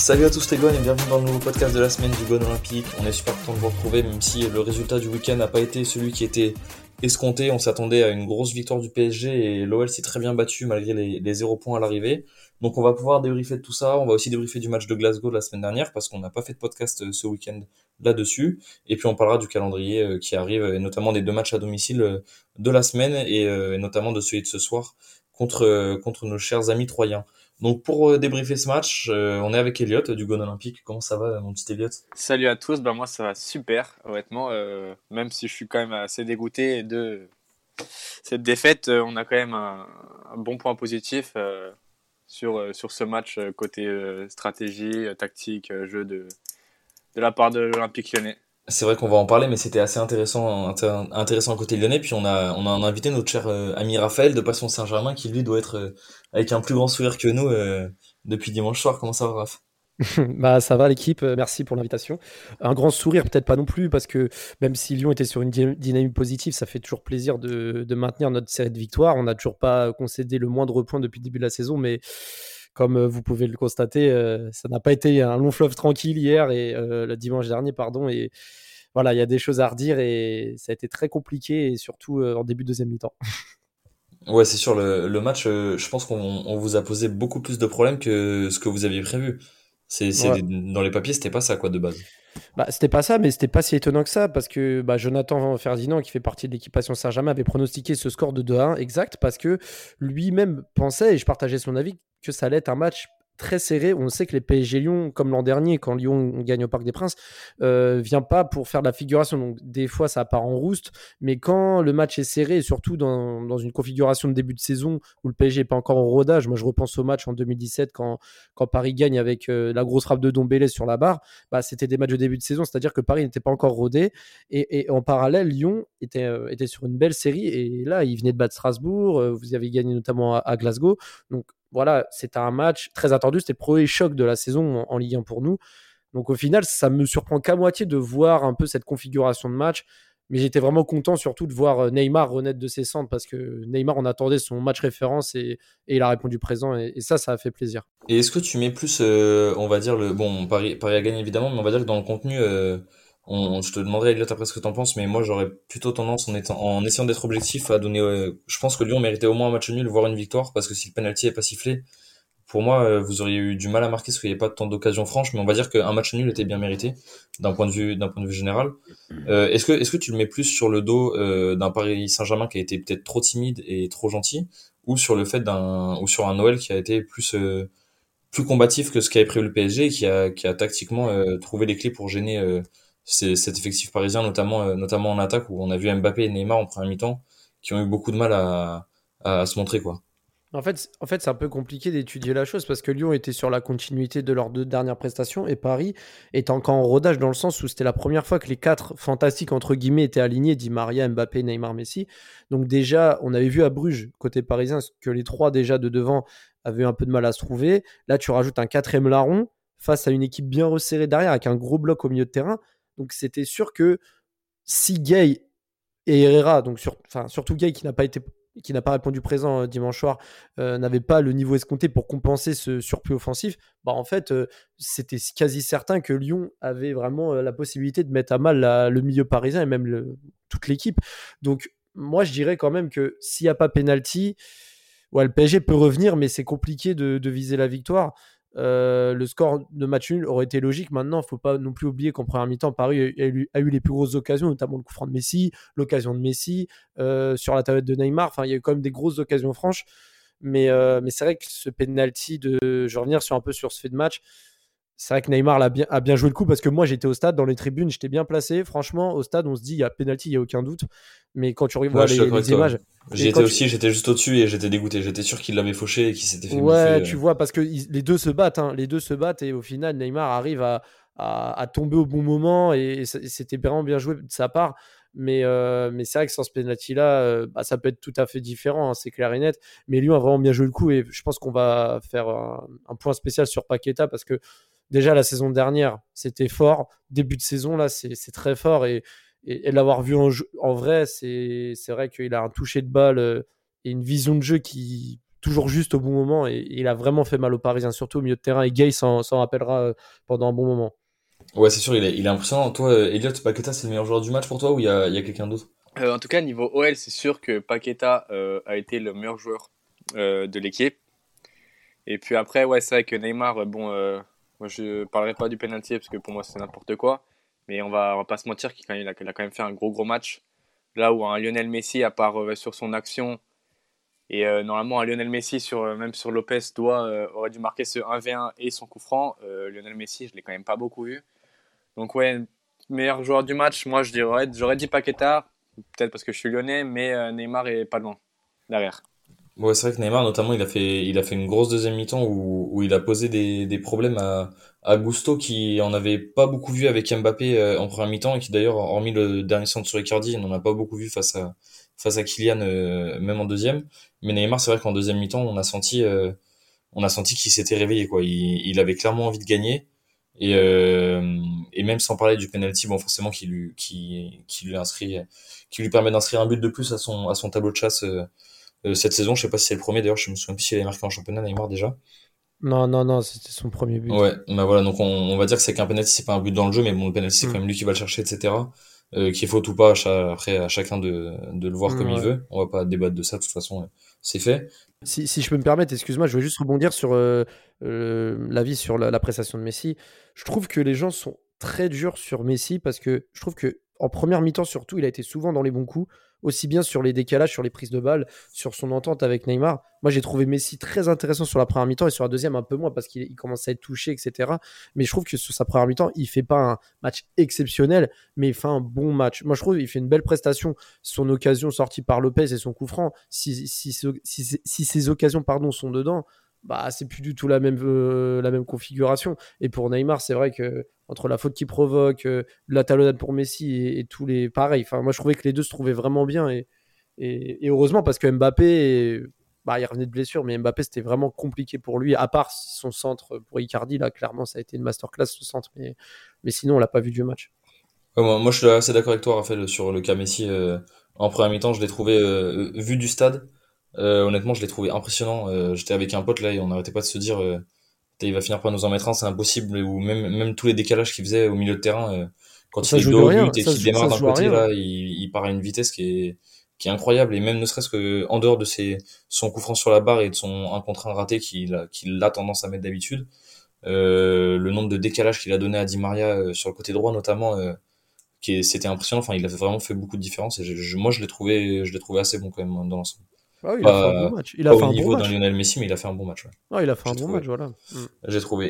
Salut à tous les Gones et bienvenue dans le nouveau podcast de la semaine du Gone Olympique. On est super content de vous retrouver même si le résultat du week-end n'a pas été celui qui était escompté. On s'attendait à une grosse victoire du PSG et l'OL s'est très bien battu malgré les 0 points à l'arrivée. Donc on va pouvoir débriefer de tout ça. On va aussi débriefer du match de Glasgow de la semaine dernière parce qu'on n'a pas fait de podcast ce week-end là-dessus. Et puis on parlera du calendrier qui arrive et notamment des deux matchs à domicile de la semaine et notamment de celui de ce soir contre nos chers amis troyens. Donc pour débriefer ce match, on est avec Elliot du Gone Olympique. Comment ça va, mon petit Elliot? Salut à tous, moi ça va super, honnêtement, même si je suis quand même assez dégoûté de cette défaite, on a quand même un bon point positif sur ce match côté stratégie, tactique, jeu de la part de l'Olympique Lyonnais. C'est vrai qu'on va en parler, mais c'était assez intéressant côté lyonnais. Puis on a un invité, notre cher ami Raphaël de Passion Saint-Germain, qui lui doit être avec un plus grand sourire que nous depuis dimanche soir. Comment ça va, Raph? Bah ça va l'équipe, merci pour l'invitation. Un grand sourire peut-être pas non plus parce que même si Lyon était sur une dynamique positive, ça fait toujours plaisir de maintenir notre série de victoires. On n'a toujours pas concédé le moindre point depuis le début de la saison, mais comme vous pouvez le constater, ça n'a pas été un long fleuve tranquille hier et le dimanche dernier, pardon. Et voilà, il y a des choses à redire et ça a été très compliqué et surtout en début de deuxième mi-temps. Ouais, c'est sûr, le match, je pense qu'on vous a posé beaucoup plus de problèmes que ce que vous aviez prévu. Ouais. Dans les papiers, c'était pas ça, quoi, de base. Bah, c'était pas ça, mais c'était pas si étonnant que ça, parce que bah, Jonathan Ferdinand, qui fait partie de l'équipation Saint-Germain, avait pronostiqué ce score de 2-1 exact, parce que lui-même pensait, et je partageais son avis, que ça allait être un match très serré. On sait que les PSG Lyon, comme l'an dernier, quand Lyon gagne au Parc des Princes, vient pas pour faire de la figuration. Donc des fois, ça part en rouste, mais quand le match est serré, et surtout dans une configuration de début de saison où le PSG n'est pas encore en rodage, moi je repense au match en 2017 quand Paris gagne avec la grosse frappe de Dombele sur la barre, bah, c'était des matchs de début de saison, c'est-à-dire que Paris n'était pas encore rodé. Et en parallèle, Lyon était sur une belle série. Et là, il venait de battre Strasbourg. Vous avez gagné notamment à Glasgow. Donc voilà, c'était un match très attendu. C'était le premier choc de la saison en Ligue 1 pour nous. Donc au final, ça me surprend qu'à moitié de voir un peu cette configuration de match. Mais j'étais vraiment content surtout de voir Neymar renaître de ses cendres parce que Neymar, on attendait son match référence et il a répondu présent. Et ça a fait plaisir. Et est-ce que tu mets plus, on va dire, bon, Paris a gagné évidemment, mais on va dire que dans le contenu, je te demanderai, Elliot, après ce que t'en penses, mais moi j'aurais plutôt tendance, en essayant d'être objectif, à donner, je pense que Lyon méritait au moins un match nul, voire une victoire, parce que si le penalty est pas sifflé, pour moi, vous auriez eu du mal à marquer parce qu'il n'y avait pas tant d'occasions franches, mais on va dire qu'un match nul était bien mérité, d'un point de vue général. Est-ce que tu le mets plus sur le dos, d'un Paris Saint-Germain qui a été peut-être trop timide et trop gentil, ou sur le fait ou sur un Noël qui a été plus combatif que ce qu'avait prévu le PSG et qui a tactiquement trouvé les clés pour gêner cet effectif parisien, notamment en attaque où on a vu Mbappé et Neymar en première mi-temps qui ont eu beaucoup de mal à se montrer, quoi. En fait, c'est un peu compliqué d'étudier la chose parce que Lyon était sur la continuité de leurs deux dernières prestations et Paris est encore en rodage dans le sens où c'était la première fois que les quatre fantastiques entre guillemets étaient alignés, Di Maria, Mbappé, Neymar, Messi. Donc déjà, on avait vu à Bruges, côté parisien, que les trois déjà de devant avaient un peu de mal à se trouver. Là, tu rajoutes un quatrième larron face à une équipe bien resserrée derrière avec un gros bloc au milieu de terrain. Donc c'était sûr que si Gay et Herrera, donc surtout Gay qui n'a pas répondu présent dimanche soir, n'avait pas le niveau escompté pour compenser ce surplus offensif, bah en fait, c'était quasi certain que Lyon avait vraiment la possibilité de mettre à mal le milieu parisien et même toute l'équipe. Donc, moi, je dirais quand même que s'il n'y a pas penalty, ouais, le PSG peut revenir, mais c'est compliqué de viser la victoire. Le score de match nul aurait été logique. Maintenant, il ne faut pas non plus oublier qu'en première mi-temps, Paris a eu les plus grosses occasions, notamment le coup franc de Messi, l'occasion de Messi, sur la tablette de Neymar. Enfin, il y a eu quand même des grosses occasions franches. Mais c'est vrai que ce penalty je vais revenir un peu sur ce fait de match. C'est vrai que Neymar a bien joué le coup parce que moi j'étais au stade, dans les tribunes, j'étais bien placé. Franchement, au stade, on se dit il y a penalty, il n'y a aucun doute. Mais quand tu Ouais, revois je suis d'accord avec les toi. images, J'y et étais quand tu, aussi, j'étais juste au-dessus et j'étais dégoûté. J'étais sûr qu'il l'avait fauché et qu'il s'était fait bouffer. Ouais, tu vois, parce que les deux se battent, hein. Les deux se battent et au final, Neymar arrive à tomber au bon moment et c'était vraiment bien joué de sa part. Mais c'est vrai que sans ce penalty-là, bah, ça peut être tout à fait différent, hein, c'est clair et net. Mais Lyon a vraiment bien joué le coup et je pense qu'on va faire un point spécial sur Paqueta parce que déjà la saison dernière, c'était fort. Début de saison, là, c'est très fort et l'avoir vu en vrai, c'est vrai qu'il a un toucher de balle et une vision de jeu toujours juste au bon moment. Et il a vraiment fait mal aux Parisiens, surtout au milieu de terrain. Et Gay s'en rappellera pendant un bon moment. Ouais, c'est sûr, il est impressionnant. Toi, Elliot Paqueta, c'est le meilleur joueur du match pour toi ou il y a quelqu'un d'autre? En tout cas, niveau OL, c'est sûr que Paqueta a été le meilleur joueur de l'équipe. Et puis après, ouais, c'est vrai que Neymar, moi je parlerai pas du penalty parce que pour moi c'est n'importe quoi. Mais on va pas se mentir qu'il a quand même fait un gros match. Là où un Lionel Messi, à part sur son action, et normalement un Lionel Messi même sur Lopez aurait dû marquer ce 1v1 et son coup franc. Lionel Messi, je l'ai quand même pas beaucoup vu. Donc ouais, meilleur joueur du match, moi j'aurais dit Paqueta, peut-être parce que je suis lyonnais, mais Neymar est pas loin derrière. Ouais, c'est vrai que Neymar, notamment, il a fait une grosse deuxième mi-temps où il a posé des problèmes à Gusto qui en avait pas beaucoup vu avec Mbappé en première mi-temps et qui d'ailleurs, hormis le dernier centre sur Icardi, il n'en a pas beaucoup vu face à Kylian, même en deuxième. Mais Neymar, c'est vrai qu'en deuxième mi-temps, on a senti qu'il s'était réveillé, quoi. Il avait clairement envie de gagner. Et même sans parler du penalty, bon, forcément, qui lui permet d'inscrire un but de plus à son tableau de chasse, cette saison. Je sais pas si c'est le premier, d'ailleurs, je me souviens plus s'il avait marqué en championnat, Neymar, déjà. Non, non, non, c'était son premier but. Ouais, bah voilà, donc on va dire que c'est qu'un penalty, c'est pas un but dans le jeu, mais bon, le penalty, c'est quand Mm. même lui qui va le chercher, etc. Qu'il faut ou pas, après, à chacun de le voir comme il Ouais. veut. On va pas débattre de ça, de toute façon, c'est fait. Si je peux me permettre, excuse-moi, je veux juste rebondir sur l'avis sur la prestation de Messi. Je trouve que les gens sont très durs sur Messi parce que je trouve que en première mi-temps surtout, il a été souvent dans les bons coups, aussi bien sur les décalages, sur les prises de balles, sur son entente avec Neymar. Moi, j'ai trouvé Messi très intéressant sur la première mi-temps et sur la deuxième un peu moins parce qu'il commence à être touché, etc. Mais je trouve que sur sa première mi-temps, il fait pas un match exceptionnel, mais il fait un bon match. Moi, je trouve qu'il fait une belle prestation. Son occasion sortie par Lopez et son coup franc, si ces occasions pardon, sont dedans, bah, c'est plus du tout la même configuration. Et pour Neymar, c'est vrai que entre la faute qu'il provoque, la talonnade pour Messi et tous les pareils, enfin, moi je trouvais que les deux se trouvaient vraiment bien. Et heureusement parce que Mbappé, bah, il revenait de blessure, mais Mbappé c'était vraiment compliqué pour lui, à part son centre pour Icardi, là clairement ça a été une masterclass ce centre, mais sinon on l'a pas vu du match. Ouais, moi, je suis assez d'accord avec toi, Raphaël, sur le cas Messi. En première mi-temps, je l'ai trouvé, vu du stade, honnêtement, je l'ai trouvé impressionnant. J'étais avec un pote là et on n'arrêtait pas de se dire, il va finir par nous en mettre un, c'est impossible. Ou même tous les décalages qu'il faisait au milieu de terrain, quand il Ça est joue dos de au rien, but et qu'il démarre ça se d'un joue à côté, rien. là, il part à une vitesse qui est incroyable. Et même ne serait-ce que en dehors de son coup franc sur la barre et de son 1 contre 1 raté qu'il a tendance à mettre d'habitude, le nombre de décalages qu'il a donné à Di Maria sur le côté droit notamment. C'était impressionnant. Enfin, il avait vraiment fait beaucoup de différence et moi, je l'ai trouvé assez bon quand même dans l'ensemble. Ah oui, il a fait un bon Pas, match. Il pas a au fait un bon niveau d'un match. Lionel Messi, mais il a fait un bon match, ouais. Ah, il a fait un J'ai bon match, trouvé. voilà. Mm. J'ai trouvé.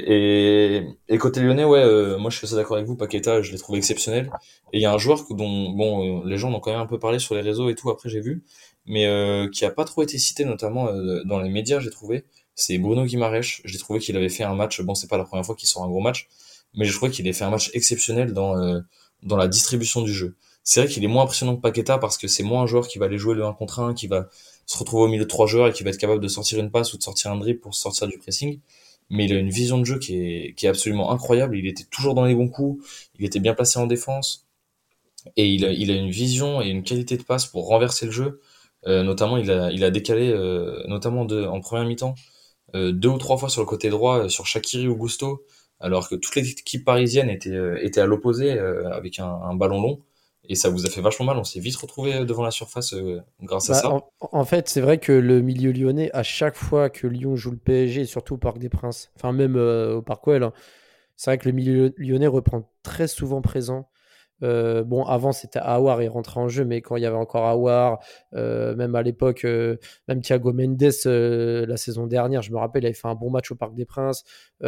Et côté lyonnais, ouais, moi je suis assez d'accord avec vous. Paqueta, je l'ai trouvé exceptionnel. Et il y a un joueur dont, bon, les gens en ont quand même un peu parlé sur les réseaux et tout. Après, j'ai vu, mais qui a pas trop été cité, notamment dans les médias, j'ai trouvé. C'est Bruno Guimaraes. J'ai trouvé qu'il avait fait un match. Bon, c'est pas la première fois qu'il sort un gros match, mais j'ai trouvé qu'il avait fait un match exceptionnel dans la distribution du jeu. C'est vrai qu'il est moins impressionnant que Paqueta parce que c'est moins un joueur qui va aller jouer le 1 contre 1, qui va se retrouver au milieu de 3 joueurs et qui va être capable de sortir une passe ou de sortir un dribble pour sortir du pressing. Mais il a une vision de jeu qui est absolument incroyable. Il était toujours dans les bons coups, il était bien placé en défense, et il a une vision et une qualité de passe pour renverser le jeu. Notamment, il a décalé, notamment en première mi-temps, 2 ou 3 fois sur le côté droit, sur Shaqiri ou Gusto, alors que toute l'équipe parisienne était à l'opposé, avec un ballon long. Et ça vous a fait vachement mal. On s'est vite retrouvé devant la surface grâce à Bah, ça. en fait, c'est vrai que le milieu lyonnais, à chaque fois que Lyon joue le PSG, et surtout au Parc des Princes, enfin même au Parc OL, hein, c'est vrai que le milieu lyonnais reprend très souvent présent. Bon, avant c'était Aouar, il rentrait en jeu, mais quand il y avait encore Aouar, même à l'époque, même Thiago Mendes, la saison dernière, je me rappelle, il avait fait un bon match au Parc des Princes.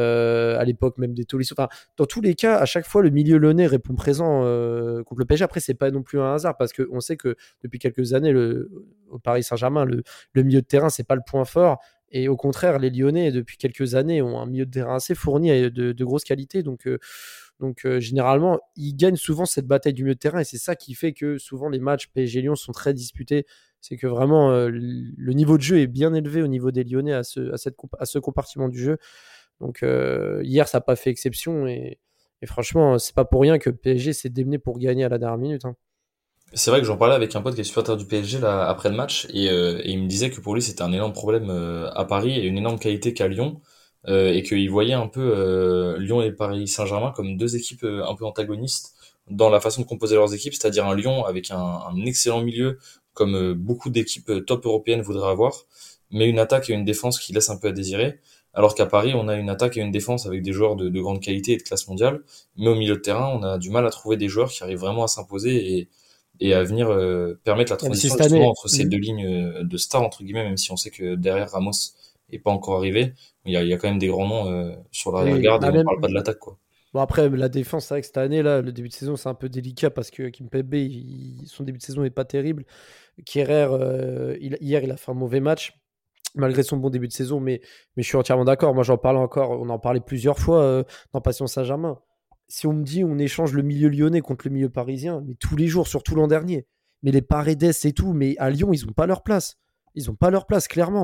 À l'époque, même des Tolisso. Enfin, dans tous les cas, à chaque fois, le milieu lyonnais répond présent contre le PSG. Après, c'est pas non plus un hasard parce qu'on sait que depuis quelques années, au Paris Saint-Germain, le milieu de terrain, c'est pas le point fort. Et au contraire, les Lyonnais, depuis quelques années, ont un milieu de terrain assez fourni et de grosse qualité. Donc, généralement, ils gagnent souvent cette bataille du milieu de terrain et c'est ça qui fait que souvent les matchs PSG-Lyon sont très disputés. C'est que vraiment le niveau de jeu est bien élevé au niveau des Lyonnais à ce compartiment du jeu. Donc hier, ça n'a pas fait exception et franchement, c'est pas pour rien que PSG s'est démené pour gagner à la dernière minute, hein. C'est vrai que j'en parlais avec un pote qui est supporter du PSG là après le match et il me disait que pour lui c'était un énorme problème à Paris et une énorme qualité qu'à Lyon et qu'il voyait un peu Lyon et Paris Saint-Germain comme deux équipes un peu antagonistes dans la façon de composer leurs équipes, c'est-à-dire un Lyon avec un excellent milieu comme beaucoup d'équipes top européennes voudraient avoir, mais une attaque et une défense qui laissent un peu à désirer. Alors qu'à Paris, on a une attaque et une défense avec des joueurs de grande qualité et de classe mondiale, mais au milieu de terrain, on a du mal à trouver des joueurs qui arrivent vraiment à s'imposer et à venir permettre la Ouais, mais c'est transition cette justement année. entre ces deux lignes de stars entre guillemets, même si on sait que derrière Ramos est pas encore arrivé, il y a quand même des grands noms sur Oui, l'arrière-garde et bah on même. parle pas de l'attaque quoi. Bon, après, la défense, c'est vrai que cette année, là, le début de saison, c'est un peu délicat parce que Kimpembe, son début de saison n'est pas terrible. Kehrer, hier, il a fait un mauvais match, malgré son bon début de saison, mais je suis entièrement d'accord. Moi, j'en parlais encore, on en parlait plusieurs fois dans Passion Saint-Germain. Si on me dit on échange le milieu lyonnais contre le milieu parisien, mais tous les jours, surtout l'an dernier, mais les Paredes et tout, mais à Lyon, ils n'ont pas leur place. Ils n'ont pas leur place, clairement.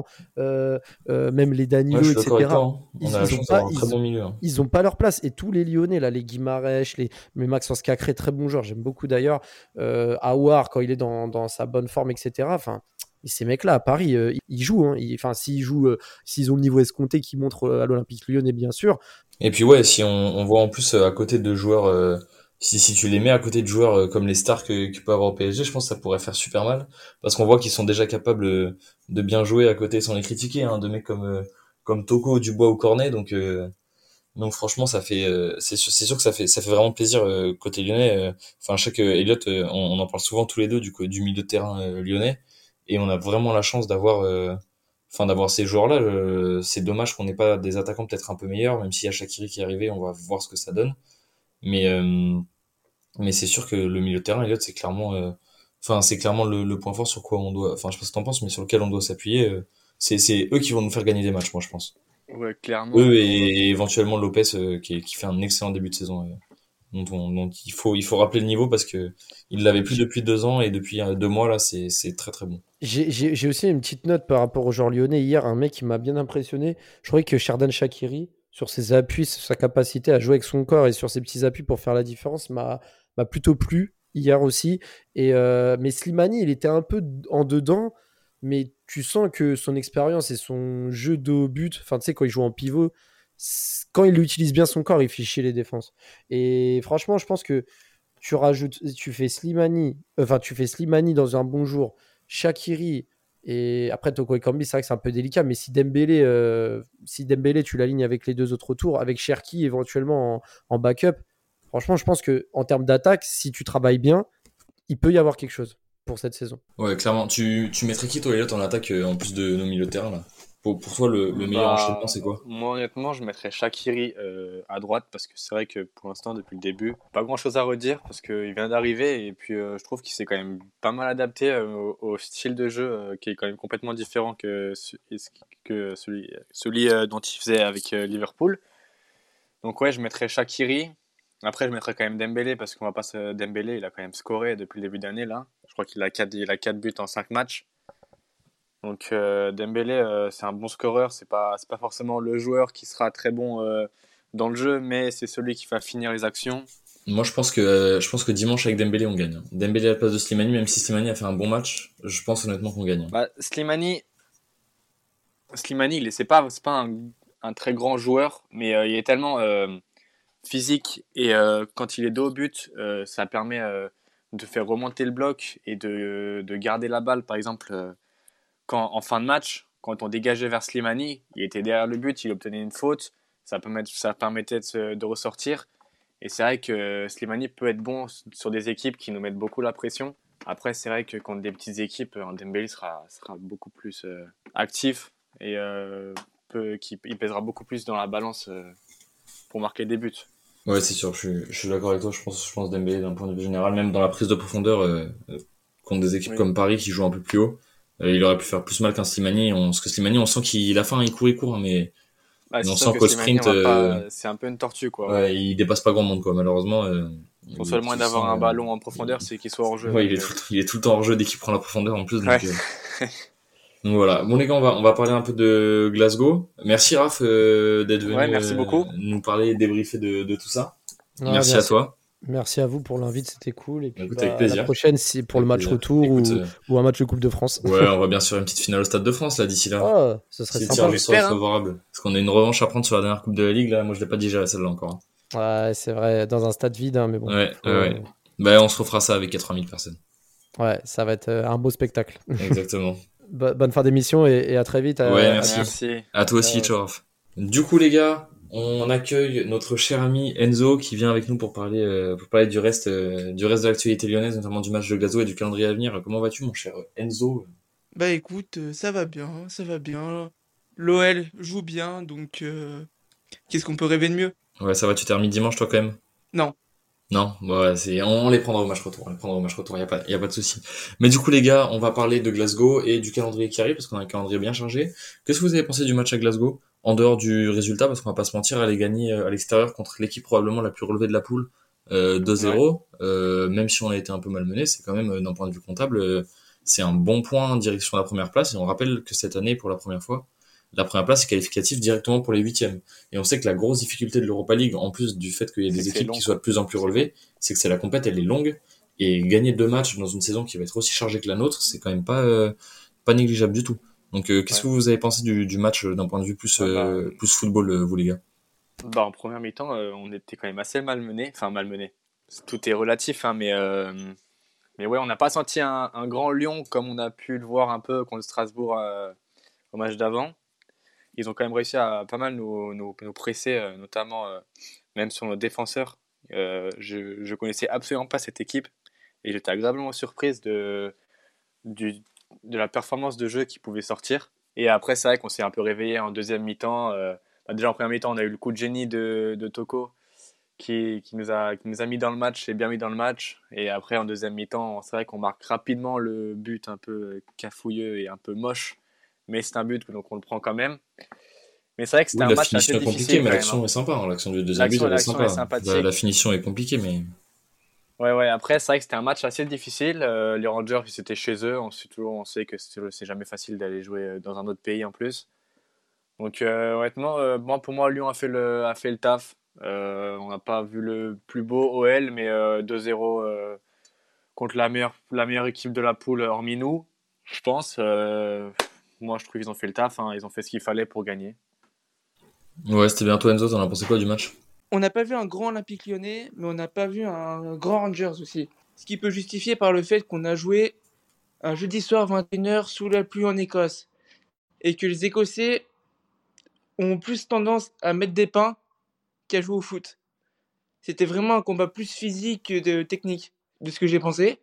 Même les Ouais, je Danilo, suis d'accord avec toi, etc. hein. On a la Ils ont chance pas, d'avoir un très bon milieu, hein. ils ont pas leur place. Et tous les Lyonnais, là, les Guimarães, mais Maxence Cacré, très bon joueur, j'aime beaucoup d'ailleurs. Aouar, quand il est dans sa bonne forme, etc. Enfin, et ces mecs-là, à Paris, ils jouent. Hein. Enfin, s'ils jouent, s'ils ont le niveau escompté qu'ils montrent à l'Olympique Lyonnais, bien sûr. Et puis ouais, si on voit en plus à côté de joueurs, si tu les mets à côté de joueurs comme les stars que peut avoir au PSG, je pense que ça pourrait faire super mal. Parce qu'on voit qu'ils sont déjà capables de bien jouer à côté sans les critiquer, hein, de mecs comme Toko, Dubois ou Cornet. Donc franchement, c'est sûr que ça fait vraiment plaisir côté lyonnais. Enfin, je sais que Elliot, on en parle souvent tous les deux du milieu de terrain lyonnais. Et on a vraiment la chance d'avoir ces joueurs-là. C'est dommage qu'on n'ait pas des attaquants peut-être un peu meilleurs, même s'il y a Shaqiri qui est arrivé, on va voir ce que ça donne. Mais, euh, mais c'est sûr que le milieu de terrain, Elliott, c'est clairement le point fort sur quoi on doit, enfin, je sais pas ce que t'en penses, mais sur lequel on doit s'appuyer. C'est eux qui vont nous faire gagner des matchs, moi, je pense. Ouais, clairement. Eux et éventuellement Lopez, qui fait un excellent début de saison, dont il faut rappeler le niveau parce que il l'avait plus depuis 2 ans et depuis 2 mois, là, c'est très très bon. J'ai aussi une petite note par rapport au joueur lyonnais. Hier, un mec qui m'a bien impressionné. Je trouvais que Sherdan Shaqiri, sur ses appuis, sur sa capacité à jouer avec son corps et sur ses petits appuis pour faire la différence, m'a plutôt plu hier aussi. Mais Slimani, il était un peu en dedans, mais tu sens que son expérience et son jeu de haut but, enfin, tu sais, quand il joue en pivot, quand il utilise bien son corps, il fait chier les défenses. Et franchement, je pense que tu fais Slimani dans un bon jour, Shaqiri et après Toko Ekambi, c'est vrai que c'est un peu délicat, mais si Dembélé tu l'alignes avec les deux autres tours, avec Cherki éventuellement en backup, franchement, je pense que en termes d'attaque, si tu travailles bien, il peut y avoir quelque chose pour cette saison. Ouais, clairement. Tu mettrais qui, toi, Elliott, en attaque, en plus de nos milieux de terrain, là? Pour toi, le meilleur enchaînement, Bah, c'est quoi? moi honnêtement, je mettrais Shaqiri à droite parce que c'est vrai que pour l'instant, depuis le début, pas grand-chose à redire parce qu'il vient d'arriver et puis je trouve qu'il s'est quand même pas mal adapté au style de jeu qui est quand même complètement différent que celui dont il faisait avec Liverpool. Donc ouais, je mettrais Shaqiri. Après, je mettrais quand même Dembélé parce qu'on va pas se... Dembélé, il a quand même scoré depuis le début d'année là. Je crois qu'il a 4 buts en 5 matchs. Donc Dembélé, c'est un bon scoreur. C'est pas forcément le joueur qui sera très bon dans le jeu, mais c'est celui qui va finir les actions. Moi, je pense que dimanche, avec Dembélé, on gagne, hein. Dembélé à la place de Slimani, même si Slimani a fait un bon match, je pense honnêtement qu'on gagne, hein. Bah, Slimani, c'est pas un très grand joueur, mais il est tellement physique et quand il est dos au but, ça permet de faire remonter le bloc et de garder la balle. Par exemple, en fin de match, quand on dégageait vers Slimani, il était derrière le but, il obtenait une faute, ça permettait de ressortir. Et c'est vrai que Slimani peut être bon sur des équipes qui nous mettent beaucoup la pression. Après, c'est vrai que contre des petites équipes, Dembélé sera beaucoup plus actif et il pèsera beaucoup plus dans la balance pour marquer des buts. Ouais, c'est sûr, je suis d'accord avec toi, je pense Dembélé, d'un point de vue général, même dans la prise de profondeur, contre des équipes Oui. comme Paris qui jouent un peu plus haut, il aurait pu faire plus mal qu'un Slimani. Parce que Slimani, on sent qu'il a faim, il court, hein, Bah, mais c'est on sûr sent que qu'au Slimani, sprint, c'est un peu une tortue, quoi. ouais, il dépasse pas grand monde, quoi, malheureusement. Son seul moyen Tu le sens, d'avoir un ballon en profondeur, c'est qu'il soit hors jeu. ouais, Donc, il est tout le temps hors jeu dès qu'il prend la profondeur en plus, ouais. donc voilà. Bon les gars, on va parler un peu de Glasgow. Merci Raph d'être Ouais, venu merci beaucoup. nous parler et débriefer de tout ça. Ouais, Merci à merci. toi. Merci à vous pour l'invite, c'était cool. Et puis Écoute, avec à la plaisir. prochaine, si pour le Avec match plaisir. retour Écoute, ou un match de Coupe de France. ouais, on va bien sûr une petite finale au Stade de France là d'ici là. Oh, ce serait Si le sympa. tirage sera J'espère, hein. favorable. Parce qu'on a une revanche à prendre sur la dernière Coupe de la Ligue là. Moi je l'ai pas digéré celle-là encore. Ouais, c'est vrai, dans un stade vide, hein, mais bon. Ouais, ouais, ouais. Bah on se refera ça avec 80 000 personnes. Ouais, ça va être un beau spectacle. Exactement. Bonne fin d'émission et à très vite. Ouais, merci. Merci. À toi aussi, Ciao. ciao. Raph. Du coup, les gars, on accueille notre cher ami Enzo qui vient avec nous pour parler du reste de l'actualité lyonnaise, notamment du match de Glasgow et du calendrier à venir. Comment vas-tu, mon cher Enzo? Bah écoute, ça va bien, ça va bien. L'OL joue bien, donc qu'est-ce qu'on peut rêver de mieux? Ouais, ça va, tu t'es remis dimanche, toi, quand même? Non. Non, ouais, on les prendra au match retour. On les prendra au match retour, y a pas de souci. Mais du coup, les gars, on va parler de Glasgow et du calendrier qui arrive parce qu'on a un calendrier bien chargé. Qu'est-ce que vous avez pensé du match à Glasgow? En dehors du résultat, parce qu'on va pas se mentir, aller gagner à l'extérieur contre l'équipe probablement la plus relevée de la poule, Ouais. 2-0, même si on a été un peu malmené, c'est quand même, d'un point de vue comptable, c'est un bon point en direction de la première place. Et on rappelle que cette année, pour la première fois, la première place est qualificative directement pour les huitièmes. Et on sait que la grosse difficulté de l'Europa League, en plus du fait qu'il y ait C'est des que c'est équipes qui long, soient de quoi. plus en plus C'est long. relevées, c'est que c'est la compète, elle est longue. Et gagner 2 matchs dans une saison qui va être aussi chargée que la nôtre, c'est quand même pas négligeable du tout. Donc, qu'est-ce que Ouais. vous avez pensé du match d'un point de vue Ouais, bah, plus football, vous les gars? en première mi-temps, on était quand même assez malmenés. Enfin, malmenés. Tout est relatif, hein, mais ouais, on n'a pas senti un grand Lyon comme on a pu le voir un peu contre Strasbourg au match d'avant. Ils ont quand même réussi à pas mal nous presser, notamment même sur nos défenseurs. Je connaissais absolument pas cette équipe et j'étais agréablement surprise du, de la performance de jeu qui pouvait sortir. Et après, c'est vrai qu'on s'est un peu réveillé en deuxième mi-temps. Déjà en première mi-temps, on a eu le coup de génie de Toko qui nous a mis dans le match et bien mis dans le match. Et après, en deuxième mi-temps, c'est vrai qu'on marque rapidement le but un peu cafouilleux et un peu moche. Mais c'est un but, donc on le prend quand même. Mais c'est vrai que c'était Oui, un la match assez finition est compliquée, difficile mais quand même, l'action hein. est sympa, hein. L'action du deuxième but, elle est L'action est sympa. La sympathique. finition est compliquée, mais Ouais, ouais. Après, c'est vrai que c'était un match assez difficile. Les Rangers, ils étaient chez eux. On sait que c'est jamais facile d'aller jouer dans un autre pays en plus. Donc, honnêtement, bon, pour moi, Lyon a fait le taf. On n'a pas vu le plus beau OL, mais 2-0 contre la meilleure équipe de la poule, hormis nous, je pense. Moi, je trouve qu'ils ont fait le taf, hein. Ils ont fait ce qu'il fallait pour gagner. ouais, c'était bien toi, Enzo, t'en as pensé quoi du match? On n'a pas vu un grand Olympique Lyonnais, mais on n'a pas vu un grand Rangers aussi. Ce qui peut justifier par le fait qu'on a joué un jeudi soir 21h sous la pluie en Écosse. Et que les Écossais ont plus tendance à mettre des pains qu'à jouer au foot. C'était vraiment un combat plus physique que de technique, de ce que j'ai pensé.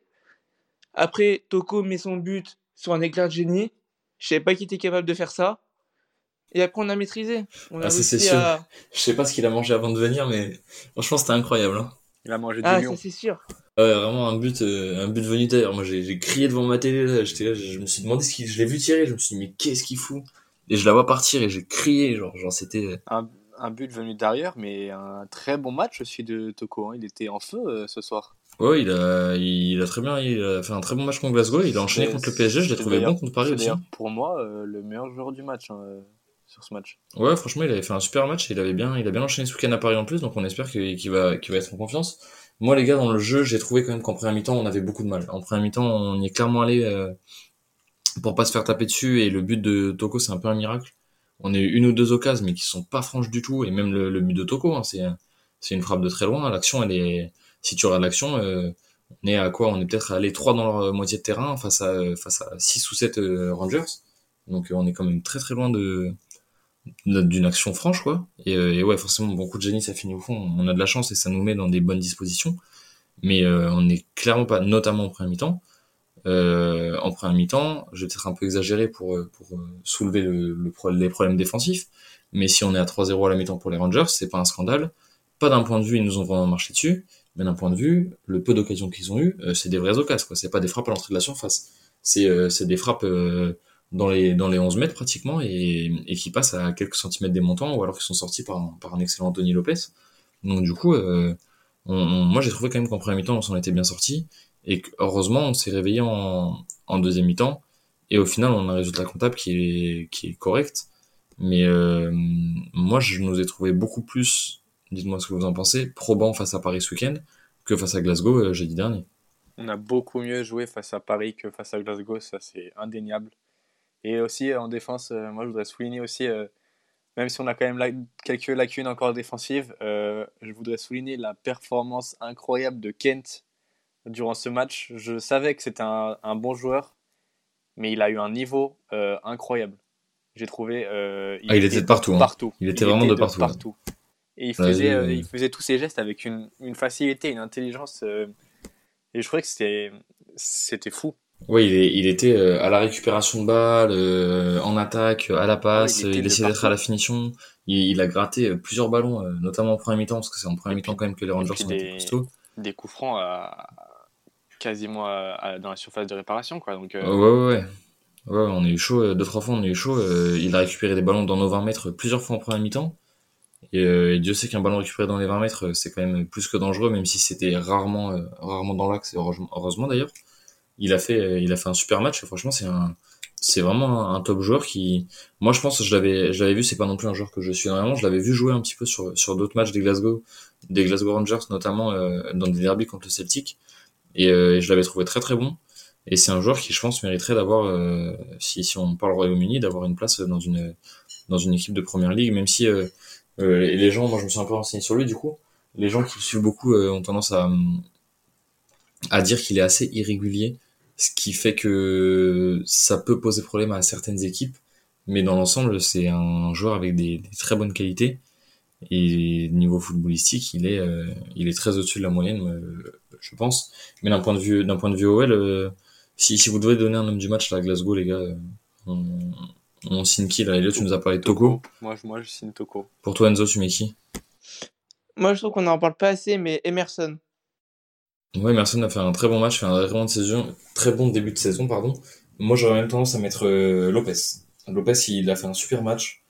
Après, Toko met son but sur un éclair de génie. Je savais pas qu'il était capable de faire ça. Et après, on a maîtrisé. On Ah, a c'est réussi sûr. à. Je sais pas ce qu'il a mangé avant de venir, mais franchement, c'était incroyable, hein. Il a mangé du Ah, ça lion. c'est sûr. Ouais, vraiment un but venu d'ailleurs. Moi, j'ai crié devant ma télé, là. J'étais là, je me suis demandé je l'ai vu tirer. Je me suis dit, mais qu'est-ce qu'il fout? Et je la vois partir et j'ai crié, genre c'était. Un, un but venu derrière, mais un très bon match aussi de Toko, hein. Il était en feu ce soir. Ouais, il a très bien, il a fait un très bon match contre Glasgow. Il a enchaîné contre le PSG. Je l'ai trouvé bon contre Paris C'est aussi. d'ailleurs pour moi le meilleur joueur du match, hein, sur ce match. Ouais, franchement, il avait fait un super match. Il a bien enchaîné ce week-end à Paris en plus. Donc on espère qu'il va être en confiance. Moi, les gars, dans le jeu, j'ai trouvé quand même qu'en première mi-temps, on avait beaucoup de mal. En première mi-temps, on y est clairement allé pour pas se faire taper dessus. Et le but de Toko, c'est un peu un miracle. On a eu une ou deux occasions, mais qui sont pas franches du tout. Et même le but de Toko, hein, c'est une frappe de très loin. L'action, elle est, si tu regardes l'action, on est à quoi? On est peut-être à aller 3 dans leur moitié de terrain face à 6 ou 7 Rangers. Donc on est quand même très très loin d'une action franche, quoi. Et ouais, forcément, bon coup de génie, ça finit au fond. On a de la chance et ça nous met dans des bonnes dispositions. Mais on est clairement pas, notamment en première mi-temps. En première mi-temps, je vais peut-être un peu exagérer pour soulever les problèmes défensifs, mais si on est à 3-0 à la mi-temps pour les Rangers, c'est pas un scandale. Pas d'un point de vue, ils nous ont vraiment marché dessus, mais d'un point de vue, le peu d'occasions qu'ils ont eu, c'est des vraies occasions, quoi. C'est pas des frappes à l'entrée de la surface. C'est des frappes dans les 11 mètres pratiquement et qui passent à quelques centimètres des montants ou alors qui sont sortis par un excellent Tony Lopez. Donc du coup, moi j'ai trouvé quand même qu'en première mi-temps on s'en était bien sorti et que, heureusement on s'est réveillé en deuxième mi-temps et au final on a un résultat comptable qui est correct. Mais moi je nous ai trouvé beaucoup plus, dites-moi ce que vous en pensez, probant face à Paris ce week-end que face à Glasgow jeudi dernier. On a beaucoup mieux joué face à Paris que face à Glasgow, ça c'est indéniable. Et aussi en défense, moi je voudrais souligner aussi, même si on a quand même quelques lacunes encore défensives, je voudrais souligner la performance incroyable de Kent durant ce match. Je savais que c'était un bon joueur, mais il a eu un niveau incroyable. J'ai trouvé, Ah, il il était était de partout, hein. partout. Il était Il vraiment était de de partout, ouais. partout. Et On l'a vu, il faisait tous ses gestes avec une facilité, une intelligence. Et je trouvais que c'était fou. ouais, il était à la récupération de balles, en attaque, à la Ah oui, il passe, était il de essayait d'être à partout. la finition. Il a gratté plusieurs ballons, notamment en première mi-temps, parce que c'est en première Et mi-temps puis, quand même que les et Rangers puis ont été costauds. des coups francs quasiment dans la surface de réparation, quoi. Donc, Ouais, ouais, ouais. Ouais, on a eu chaud, deux, trois fois on a eu chaud. Il a récupéré des ballons dans nos 20 mètres plusieurs fois en première mi-temps. Et Dieu sait qu'un ballon récupéré dans les 20 mètres, c'est quand même plus que dangereux, même si c'était rarement dans l'axe, et heureusement d'ailleurs. Il a fait un super match, et franchement, c'est vraiment un top joueur qui, moi je pense que je l'avais vu, c'est pas non plus un joueur que je suis énormément, je l'avais vu jouer un petit peu sur d'autres matchs des Glasgow Rangers, notamment, dans des derbies contre le Celtic. Et je l'avais trouvé très très bon. Et c'est un joueur qui, je pense, mériterait d'avoir, si on parle au Royaume-Uni, d'avoir une place dans une équipe de première ligue, même si les gens, moi je me suis un peu renseigné sur lui du coup, les gens qui le suivent beaucoup ont tendance à dire qu'il est assez irrégulier, ce qui fait que ça peut poser problème à certaines équipes, mais dans l'ensemble, c'est un joueur avec des très bonnes qualités. Et niveau footballistique, il est très au-dessus de la moyenne, je pense. Mais d'un point de vue OL, si vous devez donner un homme du match là, à Glasgow, les gars, on, on signe qui là? Elliot, tu nous as parlé de Toko. Toko, moi je signe Toko. Pour toi, Enzo, tu mets qui? Moi, je trouve qu'on n'en parle pas assez, mais Emerson. Ouais, Emerson a fait un très bon match, fait un très bon début de saison, pardon. Moi, j'aurais même tendance à mettre Lopez. Lopez, il a fait un super match.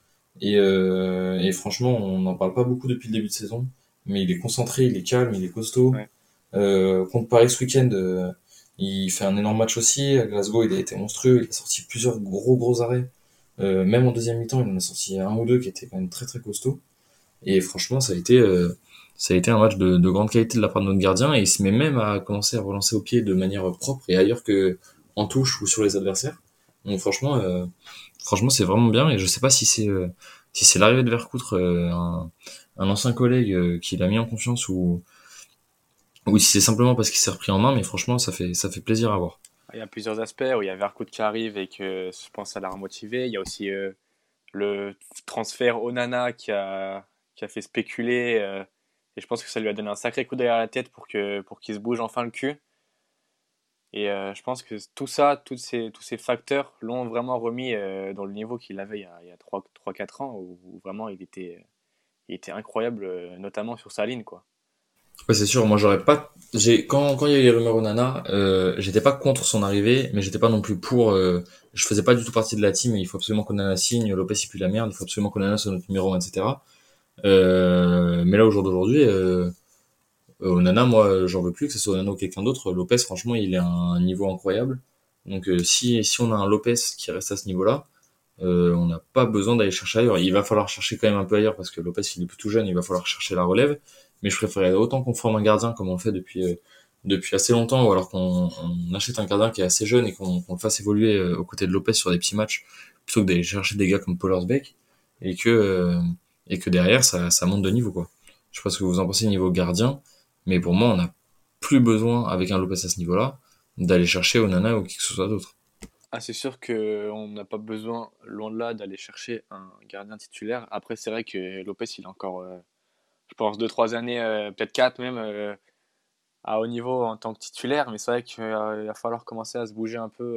Et franchement, on n'en parle pas beaucoup depuis le début de saison. Mais il est concentré, il est calme, il est costaud. Ouais. Contre Paris ce week-end, il fait un énorme match aussi. À Glasgow, il a été monstrueux. Il a sorti plusieurs gros arrêts. Même en deuxième mi-temps, il en a sorti un ou deux qui étaient quand même très très costauds. Et franchement, ça a été un match de grande qualité de la part de notre gardien. Et il se met même à commencer à relancer au pied de manière propre et ailleurs que en touche ou sur les adversaires. Donc franchement, c'est vraiment bien. Et je sais pas si c'est l'arrivée de Vercoutre, un ancien collègue qui l'a mis en confiance ou si c'est simplement parce qu'il s'est repris en main. Mais franchement, ça fait plaisir à voir. Il y a plusieurs aspects où il y a Vercout qui arrive et que je pense ça l'a remotivé. Il y a aussi le transfert Onana qui a fait spéculer et je pense que ça lui a donné un sacré coup derrière la tête pour qu'il se bouge enfin le cul. Et je pense que tout ça, tous ces facteurs l'ont vraiment remis dans le niveau qu'il avait il y a 3-4 ans où vraiment il était incroyable, notamment sur sa ligne, quoi. Ouais, c'est sûr. Moi, j'aurais pas. Quand il y a eu les rumeurs Onana, j'étais pas contre son arrivée, mais j'étais pas non plus pour. Je faisais pas du tout partie de la team. Il faut absolument qu'Onana signe. Lopez il pue la merde. Il faut absolument qu'Onana soit notre numéro 1, etc. Mais là, au jour d'aujourd'hui, Onana, moi, j'en veux plus que ce soit Onana ou quelqu'un d'autre. Lopez, franchement, il est à un niveau incroyable. Donc, si on a un Lopez qui reste à ce niveau-là, on n'a pas besoin d'aller chercher ailleurs. Il va falloir chercher quand même un peu ailleurs parce que Lopez, il est plus tout jeune. Il va falloir chercher la relève. Mais je préférerais autant qu'on forme un gardien comme on le fait depuis assez longtemps, ou alors on achète un gardien qui est assez jeune et qu'on le fasse évoluer aux côtés de Lopez sur des petits matchs, plutôt que d'aller chercher des gars comme Pollersbeck, et que, euh, et que derrière, ça monte de niveau, quoi. Je sais pas ce que vous en pensez niveau gardien, mais pour moi, on n'a plus besoin, avec un Lopez à ce niveau-là, d'aller chercher Onana ou qui que ce soit d'autre. Ah, c'est sûr qu'on n'a pas besoin, loin de là, d'aller chercher un gardien titulaire. Après, c'est vrai que Lopez, il a encore, je pense, 2-3 années, peut-être 4 même, à haut niveau en tant que titulaire. Mais c'est vrai qu'il va falloir commencer à se bouger un peu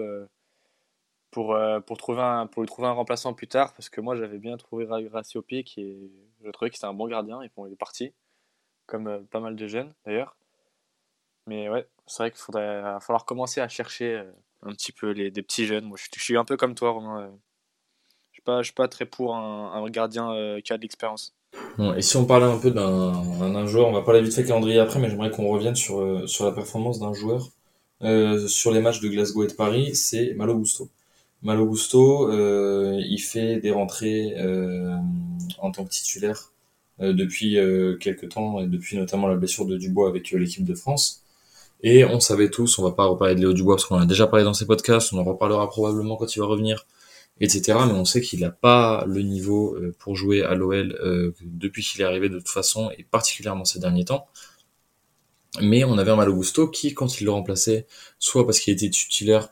pour lui trouver un remplaçant plus tard. Parce que moi, j'avais bien trouvé Ratiopi, je trouvais que c'était un bon gardien. Et bon, il est parti, comme pas mal de jeunes d'ailleurs. Mais ouais, c'est vrai va falloir commencer à chercher un petit peu des petits jeunes. Moi, je suis un peu comme toi, Romain. Je suis pas très pour un gardien qui a de l'expérience. Bon, et si on parlait un peu d'un joueur, on va parler vite fait calendrier après, mais j'aimerais qu'on revienne sur la performance d'un joueur sur les matchs de Glasgow et de Paris, c'est Malo Gusto. Malo Gusto, il fait des rentrées en tant que titulaire depuis quelques temps, et depuis notamment la blessure de Dubois avec l'équipe de France. Et on savait tous, on va pas reparler de Léo Dubois parce qu'on en a déjà parlé dans ces podcasts, on en reparlera probablement quand il va revenir, etc. Mais on sait qu'il n'a pas le niveau pour jouer à l'OL depuis qu'il est arrivé de toute façon, et particulièrement ces derniers temps. Mais on avait un Malo Gusto qui, quand il le remplaçait, soit parce qu'il était titulaire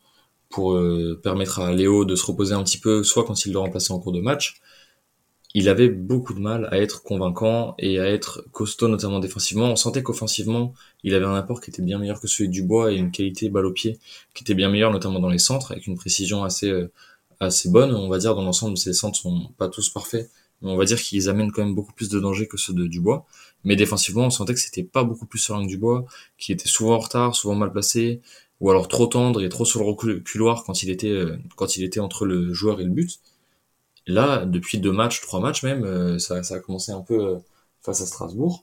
pour permettre à Léo de se reposer un petit peu, soit quand il le remplaçait en cours de match, il avait beaucoup de mal à être convaincant et à être costaud, notamment défensivement. On sentait qu'offensivement, il avait un apport qui était bien meilleur que celui de Dubois et une qualité balle au pied qui était bien meilleure, notamment dans les centres, avec une précision assez bonne. On va dire dans l'ensemble, ces centres sont pas tous parfaits, mais on va dire qu'ils amènent quand même beaucoup plus de danger que ceux de Dubois. Mais défensivement, on sentait que c'était pas beaucoup plus serein que Dubois, qui était souvent en retard, souvent mal placé, ou alors trop tendre et trop sur le reculoir quand il était entre le joueur et le but. Là, depuis 2 matchs, 3 matchs même, ça a commencé un peu face à Strasbourg.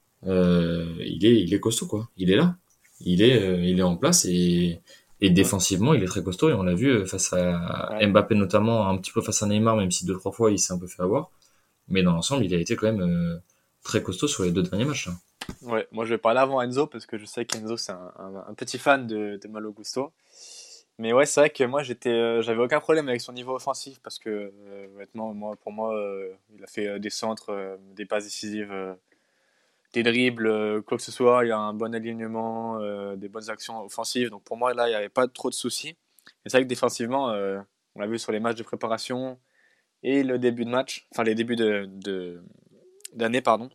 Il est costaud quoi. Il est là. Il est en place et Ouais. défensivement, il est très costaud et on l'a vu face à Ouais. Mbappé notamment, un petit peu face à Neymar, même si 2-3 fois il s'est un peu fait avoir. Mais dans l'ensemble, il a été quand même très costaud sur les 2 derniers matchs là. Ouais, moi je vais parler avant Enzo parce que je sais qu'Enzo c'est un petit fan de Malo Gusto. Mais ouais, c'est vrai que moi j'avais aucun problème avec son niveau offensif parce que honnêtement, pour moi, il a fait des centres, des passes décisives, des dribbles, quoi que ce soit. Il a un bon alignement, des bonnes actions offensives. Donc pour moi là, il n'y avait pas trop de soucis. Et c'est vrai que défensivement, on l'a vu sur les matchs de préparation et le début de match, enfin les débuts d'année, pardon.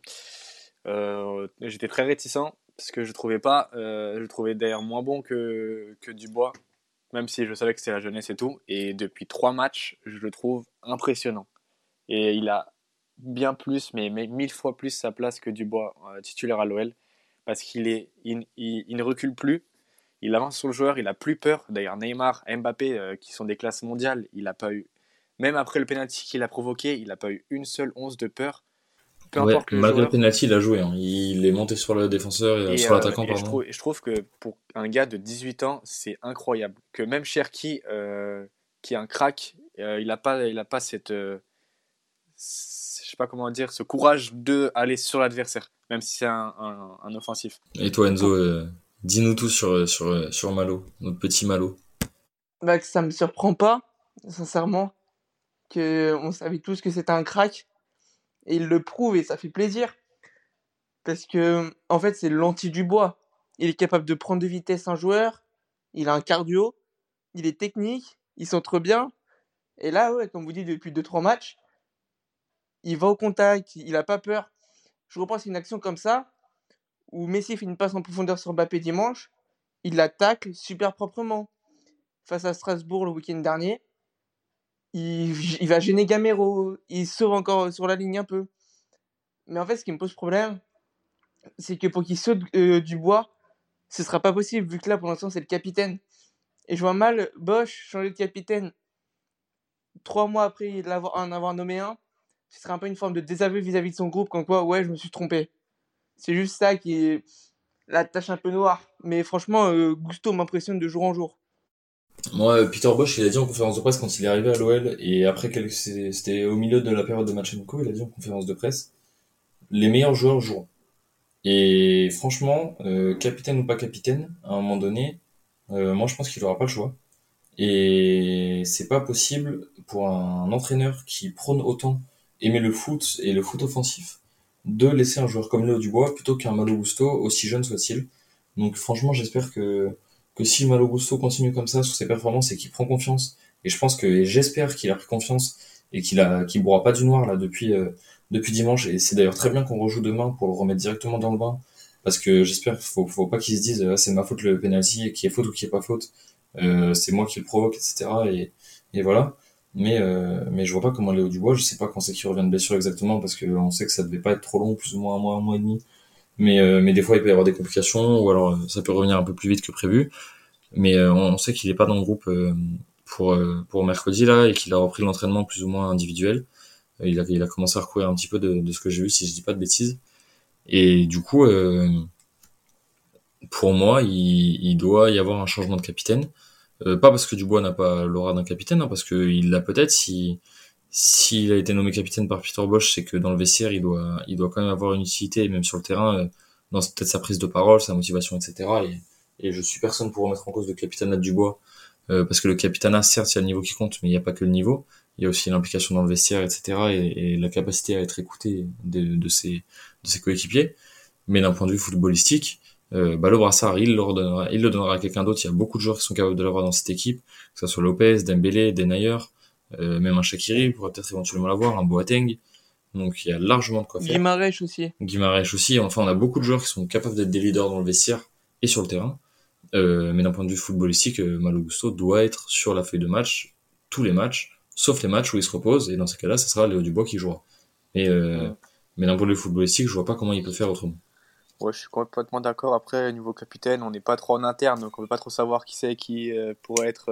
J'étais très réticent parce que je le trouvais d'ailleurs moins bon que Dubois, même si je savais que c'était la jeunesse et tout. Et depuis 3 matchs, je le trouve impressionnant. Et il a bien plus, mais 1000 fois plus sa place que Dubois, titulaire à l'OL, parce il ne recule plus, il avance sur le joueur, il a plus peur. D'ailleurs, Neymar, Mbappé, qui sont des classes mondiales, il a pas eu, même après le penalty qu'il a provoqué, il n'a pas eu une seule once de peur, peu Ouais, importe le malgré le joueur. penalty, il a joué, hein. Il est monté sur le défenseur, sur l'attaquant, pardon. Je trouve que pour un gars de 18 ans, c'est incroyable. Que même Cherki, qui est un crack, il a pas je sais pas comment dire, ce courage de aller sur l'adversaire, même si c'est un offensif. Et toi, Enzo, Pour- dis-nous tout sur Malo, notre petit Malo. Bah, que ça me surprend pas, sincèrement, que on savait tous que c'était un crack, et il le prouve et ça fait plaisir, parce que en fait c'est l'anti-Dubois. Il est capable de prendre de vitesse un joueur, il a un cardio, il est technique, il s'entre bien, et là ouais, comme vous dites depuis 2-3 matchs, il va au contact, il a pas peur. Je repense à une action comme ça, où Messi fait une passe en profondeur sur Mbappé dimanche, il la tacle super proprement. Face à Strasbourg le week-end dernier, il va gêner Gamero, il sauve encore sur la ligne un peu. Mais en fait, ce qui me pose problème, c'est que pour qu'il saute Dubois, ce sera pas possible, vu que là, pour l'instant, c'est le capitaine. Et je vois mal Bosch changer de capitaine 3 mois après en avoir nommé un. Ce serait un peu une forme de désaveu vis-à-vis de son groupe, comme quoi, ouais, je me suis trompé. C'est juste ça qui est la tâche un peu noire. Mais franchement, Gusto m'impressionne de jour en jour. Moi, Peter Bosch, il a dit en conférence de presse quand il est arrivé à l'OL, et après c'était au milieu de la période de Matchenko, il a dit en conférence de presse, les meilleurs joueurs joueront. Et franchement, capitaine ou pas capitaine, à un moment donné, moi je pense qu'il aura pas le choix. Et c'est pas possible pour un entraîneur qui prône autant aimer le foot et le foot offensif de laisser un joueur comme Léo Dubois plutôt qu'un Malo Gusto, aussi jeune soit-il. Donc franchement, j'espère que si Malo Gusto continue comme ça sur ses performances et qu'il prend confiance, et je pense que et j'espère qu'il a pris confiance et qu'il boira pas du noir là depuis dimanche, et c'est d'ailleurs très bien qu'on rejoue demain pour le remettre directement dans le bain, parce que j'espère faut pas qu'il se dise ah, c'est ma faute le penalty et qu'il y ait faute ou qu'il n'y ait pas faute, c'est moi qui le provoque, etc. Et voilà. Mais je vois pas comment Léo Dubois, je sais pas quand c'est qu'il revient de blessure exactement, parce que on sait que ça devait pas être trop long, plus ou moins un mois et demi. Mais des fois, il peut y avoir des complications, ou alors ça peut revenir un peu plus vite que prévu. Mais on sait qu'il est pas dans le groupe pour mercredi, là, et qu'il a repris l'entraînement plus ou moins individuel. Il a commencé à recourir un petit peu de ce que j'ai vu, si je dis pas de bêtises. Et du coup, pour moi, il doit y avoir un changement de capitaine. Pas parce que Dubois n'a pas l'aura d'un capitaine, hein, parce qu'il l'a peut-être s'il a été nommé capitaine par Peter Bosz, c'est que dans le vestiaire, il doit quand même avoir une utilité, et même sur le terrain, dans peut-être sa prise de parole, sa motivation, etc. Et je suis personne pour remettre en cause le capitanat de Dubois, parce que le capitanat, certes, il y a le niveau qui compte, mais il n'y a pas que le niveau. Il y a aussi l'implication dans le vestiaire, etc. Et la capacité à être écouté de ses coéquipiers. Mais d'un point de vue footballistique, le brassard, il le donnera à quelqu'un d'autre. Il y a beaucoup de joueurs qui sont capables de l'avoir dans cette équipe, que ce soit Lopez, Dembélé, Denayer, même un Shaqiri pourrait peut-être éventuellement l'avoir, un Boateng. Donc il y a largement de quoi faire. Guimarães aussi. Guimarães aussi. Enfin, on a beaucoup de joueurs qui sont capables d'être des leaders dans le vestiaire et sur le terrain. Mais d'un point de vue footballistique, Malo Gusto doit être sur la feuille de match, tous les matchs, sauf les matchs où il se repose. Et dans ces cas-là, ça sera Léo Dubois qui jouera. Mais d'un point de vue footballistique, je vois pas comment il peut faire autrement. Ouais, je suis complètement d'accord. Après, niveau capitaine, on n'est pas trop en interne, donc on ne peut pas trop savoir qui c'est qui pourrait être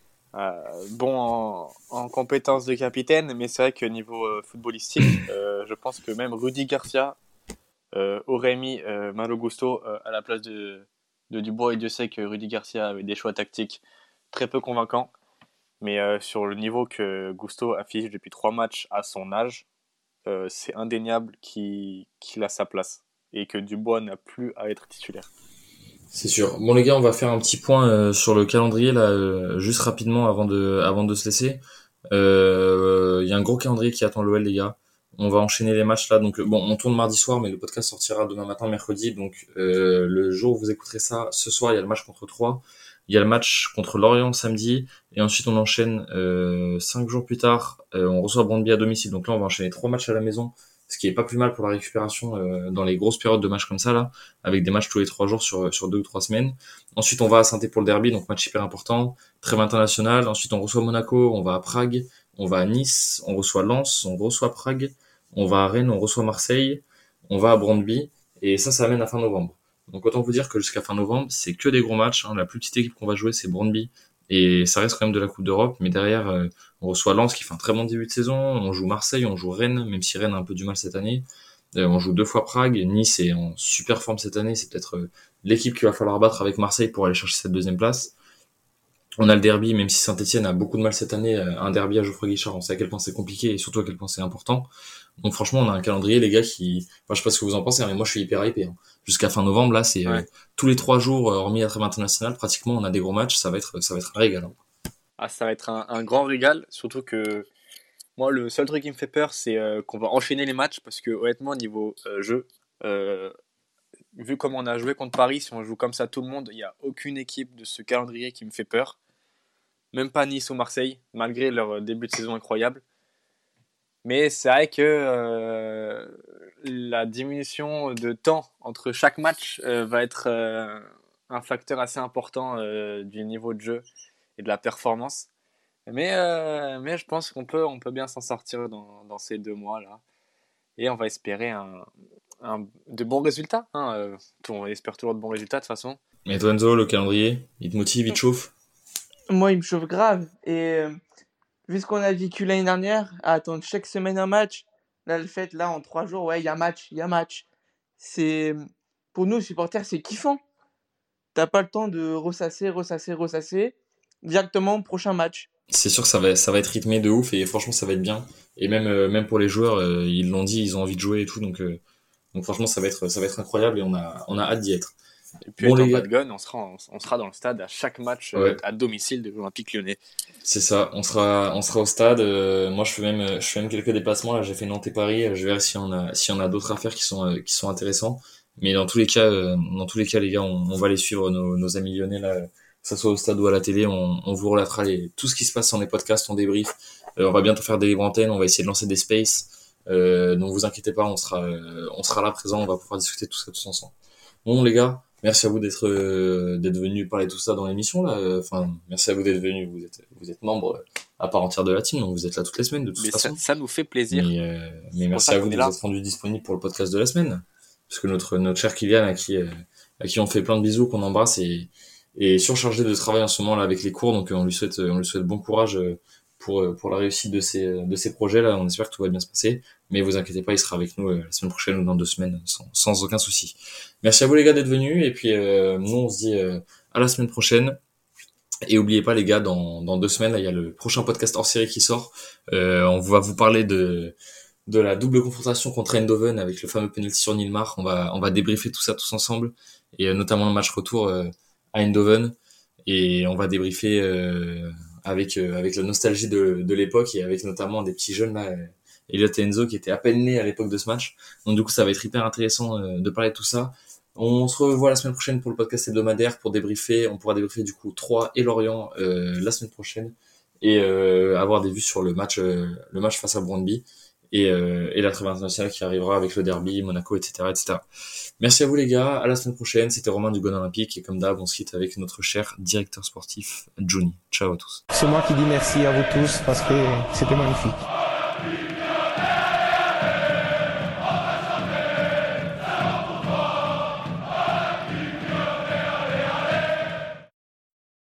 bon en compétences de capitaine. Mais c'est vrai que niveau footballistique, je pense que même Rudy Garcia aurait mis Malo Gusto à la place de Dubois. Et Dieu sait que Rudy Garcia avait des choix tactiques très peu convaincants. Mais sur le niveau que Gusto affiche depuis 3 matchs à son âge, c'est indéniable qu'il a sa place et que Dubois n'a plus à être titulaire. C'est sûr. Bon les gars, on va faire un petit point sur le calendrier là, juste rapidement avant de se laisser. Il y a un gros calendrier qui attend l'OL les gars. On va enchaîner les matchs là. Donc bon, on tourne mardi soir, mais le podcast sortira demain matin, mercredi. Donc le jour où vous écouterez ça, ce soir, il y a le match contre Troyes. Il y a le match contre Lorient samedi. Et ensuite, on enchaîne 5 jours plus tard. On reçoit Brøndby à domicile. Donc là, on va enchaîner 3 matchs à la maison. Ce qui est pas plus mal pour la récupération dans les grosses périodes de matchs comme ça là, avec des matchs tous les 3 jours sur 2 ou 3 semaines. Ensuite, on va à Saint-Étienne pour le derby, donc match hyper important, trêve international. Ensuite, on reçoit Monaco, on va à Prague, on va à Nice, on reçoit Lens, on reçoit Prague, on va à Rennes, on reçoit Marseille, on va à Brøndby, et ça amène à fin novembre. Donc autant vous dire que jusqu'à fin novembre, c'est que des gros matchs. Hein. La plus petite équipe qu'on va jouer, c'est Brøndby, et ça reste quand même de la Coupe d'Europe, mais derrière, on reçoit Lens qui fait un très bon début de saison, on joue Marseille, on joue Rennes, même si Rennes a un peu du mal cette année. On joue 2 fois Prague, Nice est en super forme cette année, c'est peut-être l'équipe qu'il va falloir battre avec Marseille pour aller chercher cette deuxième place. On a le derby, même si Saint-Etienne a beaucoup de mal cette année, un derby à Geoffroy Guichard, on sait à quel point c'est compliqué et surtout à quel point c'est important. Donc franchement, on a un calendrier, les gars, enfin, je sais pas ce que vous en pensez, mais moi je suis hyper hypé. Hein. Jusqu'à fin novembre, là, c'est tous les 3 jours, hormis la trêve internationale, pratiquement, on a des gros matchs, ça va être un régal. Hein. Ah, ça va être un grand régal, surtout que moi, le seul truc qui me fait peur, c'est qu'on va enchaîner les matchs, parce que honnêtement, niveau jeu, vu comment on a joué contre Paris, si on joue comme ça tout le monde, il n'y a aucune équipe de ce calendrier qui me fait peur. Même pas Nice ou Marseille, malgré leur début de saison incroyable. Mais c'est vrai que la diminution de temps entre chaque match va être un facteur assez important du niveau de jeu et de la performance. Mais je pense qu'on peut bien s'en sortir dans ces 2 mois-là. Et on va espérer de bons résultats. Hein. On espère toujours de bons résultats de toute façon. Et toi Enzo, le calendrier, il te motive, il te chauffe? Moi, il me chauffe grave. Et vu ce qu'on a vécu l'année dernière, à attendre chaque semaine un match, là, le fait, là, en 3 jours, ouais, il y a match. C'est, pour nous, supporters, c'est kiffant. T'as pas le temps de ressasser. Directement, prochain match. C'est sûr que ça va être rythmé de ouf et franchement ça va être bien. Et même pour les joueurs, ils l'ont dit, ils ont envie de jouer et tout, donc franchement ça va être incroyable et on a hâte d'y être. Et puis étant pas de gun, on sera dans le stade à chaque match à domicile de l'Olympique Lyonnais. C'est ça, on sera au stade. Moi je fais même quelques déplacements là, j'ai fait Nantes-Paris, je verrai s'il y en a d'autres à faire qui sont intéressants. Mais dans tous les cas les gars, on va les suivre nos amis lyonnais là, que ça soit au stade ou à la télé, on vous relatera tout ce qui se passe sur les podcasts, on débrief. On va bientôt faire des livres antennes, on va essayer de lancer des spaces. Donc vous inquiétez pas, on sera là présent, on va pouvoir discuter de tout ça tous ensemble. Bon les gars, merci à vous d'être venus parler de tout ça dans l'émission là. Enfin, merci à vous d'être venus. Vous êtes membre à part entière de la team, donc vous êtes là toutes les semaines de toute façon. Ça nous fait plaisir. Mais merci à vous de vous être rendu disponible pour le podcast de la semaine, parce que notre cher Kylian à qui on fait plein de bisous, qu'on embrasse et surchargé de travail en ce moment là avec les cours, donc on lui souhaite bon courage pour la réussite de ces projets là. On espère que tout va bien se passer, mais vous inquiétez pas, il sera avec nous la semaine prochaine ou dans 2 semaines sans aucun souci. Merci à vous les gars d'être venus et puis nous on se dit à la semaine prochaine Et oubliez pas les gars, dans 2 semaines, là, il y a le prochain podcast hors série qui sort. On va vous parler de la double confrontation contre Eindhoven avec le fameux penalty sur Nilmar. On va débriefer tout ça tous ensemble, et notamment le match retour à Eindhoven. Et on va débriefer avec la nostalgie de l'époque, et avec notamment des petits jeunes là, Elliot et Enzo, qui étaient à peine nés à l'époque de ce match. Donc du coup, ça va être hyper intéressant de parler de tout ça. On se revoit la semaine prochaine pour le podcast hebdomadaire pour débriefer. On pourra débriefer du coup Troyes et Lorient la semaine prochaine, et avoir des vues sur le match face à Brøndby, et la trêve internationale qui arrivera avec le derby, Monaco, etc., etc. Merci à vous les gars, à la semaine prochaine. C'était Romain du Gone Olympique, et comme d'hab, on se quitte avec notre cher directeur sportif Johnny. Ciao à tous. C'est moi qui dis merci à vous tous parce que c'était magnifique.